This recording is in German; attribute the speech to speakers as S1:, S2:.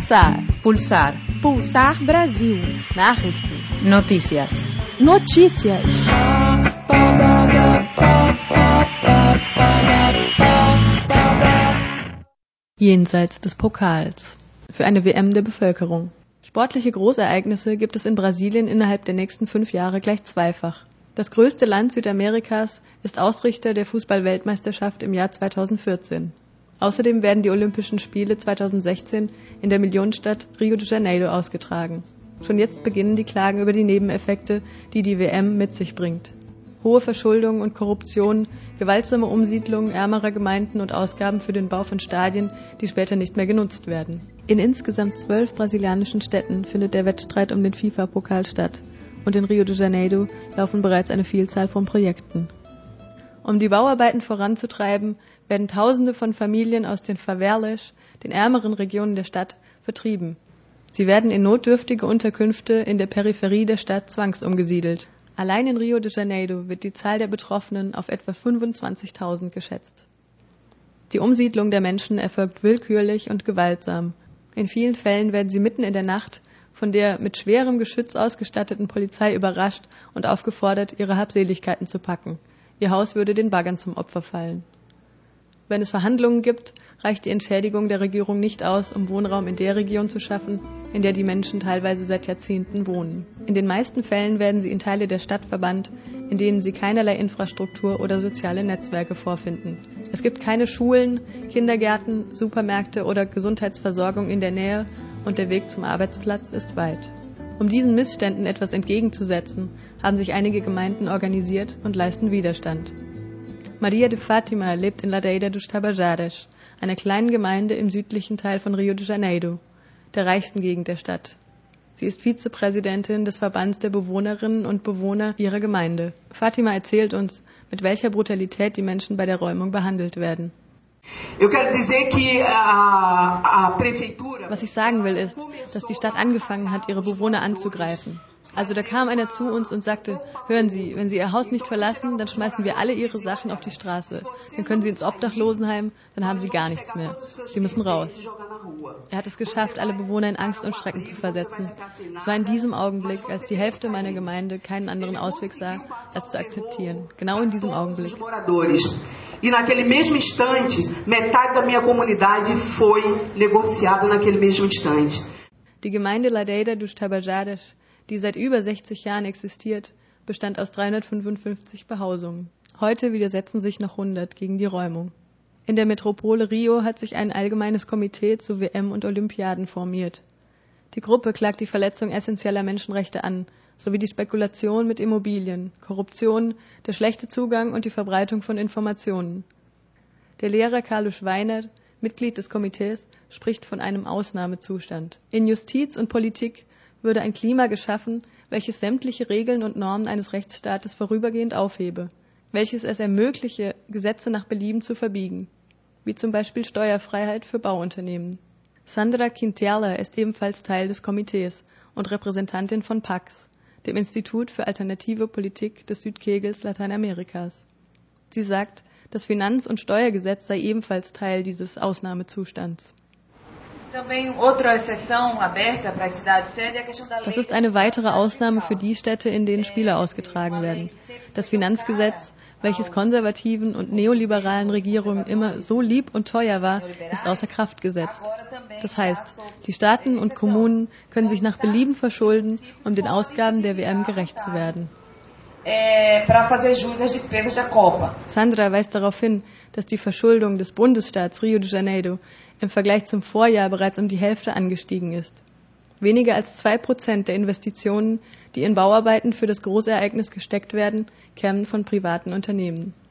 S1: Pulsar.
S2: Pulsar.
S1: Pulsar Brasil.
S2: Nachrichten. Noticias.
S1: Notícias. Jenseits des Pokals. Für eine WM der Bevölkerung. Sportliche Großereignisse gibt es in Brasilien innerhalb der nächsten 5 Jahre gleich zweifach. Das größte Land Südamerikas ist Ausrichter der Fußball-Weltmeisterschaft im Jahr 2014. Außerdem werden die Olympischen Spiele 2016 in der Millionenstadt Rio de Janeiro ausgetragen. Schon jetzt beginnen die Klagen über die Nebeneffekte, die die WM mit sich bringt. Hohe Verschuldung und Korruption, gewaltsame Umsiedlung ärmerer Gemeinden und Ausgaben für den Bau von Stadien, die später nicht mehr genutzt werden. In insgesamt 12 brasilianischen Städten findet der Wettstreit um den FIFA-Pokal statt und in Rio de Janeiro laufen bereits eine Vielzahl von Projekten. Um die Bauarbeiten voranzutreiben, werden Tausende von Familien aus den Favelas, den ärmeren Regionen der Stadt, vertrieben. Sie werden in notdürftige Unterkünfte in der Peripherie der Stadt zwangsumgesiedelt. Allein in Rio de Janeiro wird die Zahl der Betroffenen auf etwa 25.000 geschätzt. Die Umsiedlung der Menschen erfolgt willkürlich und gewaltsam. In vielen Fällen werden sie mitten in der Nacht von der mit schwerem Geschütz ausgestatteten Polizei überrascht und aufgefordert, ihre Habseligkeiten zu packen. Ihr Haus würde den Baggern zum Opfer fallen. Wenn es Verhandlungen gibt, reicht die Entschädigung der Regierung nicht aus, um Wohnraum in der Region zu schaffen, in der die Menschen teilweise seit Jahrzehnten wohnen. In den meisten Fällen werden sie in Teile der Stadt verbannt, in denen sie keinerlei Infrastruktur oder soziale Netzwerke vorfinden. Es gibt keine Schulen, Kindergärten, Supermärkte oder Gesundheitsversorgung in der Nähe und der Weg zum Arbeitsplatz ist weit. Um diesen Missständen etwas entgegenzusetzen, haben sich einige Gemeinden organisiert und leisten Widerstand. Maria de Fátima lebt in Ladeira dos Tabajaras, einer kleinen Gemeinde im südlichen Teil von Rio de Janeiro, der reichsten Gegend der Stadt. Sie ist Vizepräsidentin des Verbands der Bewohnerinnen und Bewohner ihrer Gemeinde. Fátima erzählt uns, mit welcher Brutalität die Menschen bei der Räumung behandelt werden. Was ich sagen will, ist, dass die Stadt angefangen hat, ihre Bewohner anzugreifen. Also da kam einer zu uns und sagte, hören Sie, wenn Sie Ihr Haus nicht verlassen, dann schmeißen wir alle Ihre Sachen auf die Straße. Dann können Sie ins Obdachlosenheim, dann haben Sie gar nichts mehr. Sie müssen raus. Er hat es geschafft, alle Bewohner in Angst und Schrecken zu versetzen. Es war in diesem Augenblick, als die Hälfte meiner Gemeinde keinen anderen Ausweg sah, als zu akzeptieren. Genau in diesem Augenblick.
S3: E naquele mesmo instante, metade da minha comunidade foi negociada naquele mesmo instante.
S1: Die Gemeinde Ladeira dos Tabajaras, die seit über 60 Jahren existiert, bestand aus 355 Behausungen. Heute widersetzen sich noch 100 gegen die Räumung. In der Metropole Rio hat sich ein allgemeines Komitee zu WM und Olympiaden formiert. Die Gruppe klagt die Verletzung essentieller Menschenrechte an, sowie die Spekulation mit Immobilien, Korruption, der schlechte Zugang und die Verbreitung von Informationen. Der Lehrer Carlos Weiner, Mitglied des Komitees, spricht von einem Ausnahmezustand. In Justiz und Politik würde ein Klima geschaffen, welches sämtliche Regeln und Normen eines Rechtsstaates vorübergehend aufhebe, welches es ermögliche, Gesetze nach Belieben zu verbiegen, wie zum Beispiel Steuerfreiheit für Bauunternehmen. Sandra Quintela ist ebenfalls Teil des Komitees und Repräsentantin von PAX, dem Institut für alternative Politik des Südkegels Lateinamerikas. Sie sagt, das Finanz- und Steuergesetz sei ebenfalls Teil dieses Ausnahmezustands. Das ist eine weitere Ausnahme für die Städte, in denen Spiele ausgetragen werden. Das Finanzgesetz, welches konservativen und neoliberalen Regierungen immer so lieb und teuer war, ist außer Kraft gesetzt. Das heißt, die Staaten und Kommunen können sich nach Belieben verschulden, um den Ausgaben der WM gerecht zu werden. Sandra weist darauf hin, dass die Verschuldung des Bundesstaats Rio de Janeiro im Vergleich zum Vorjahr bereits um die Hälfte angestiegen ist. Weniger als 2% der Investitionen, die in Bauarbeiten für das Großereignis gesteckt werden, kämen von privaten Unternehmen.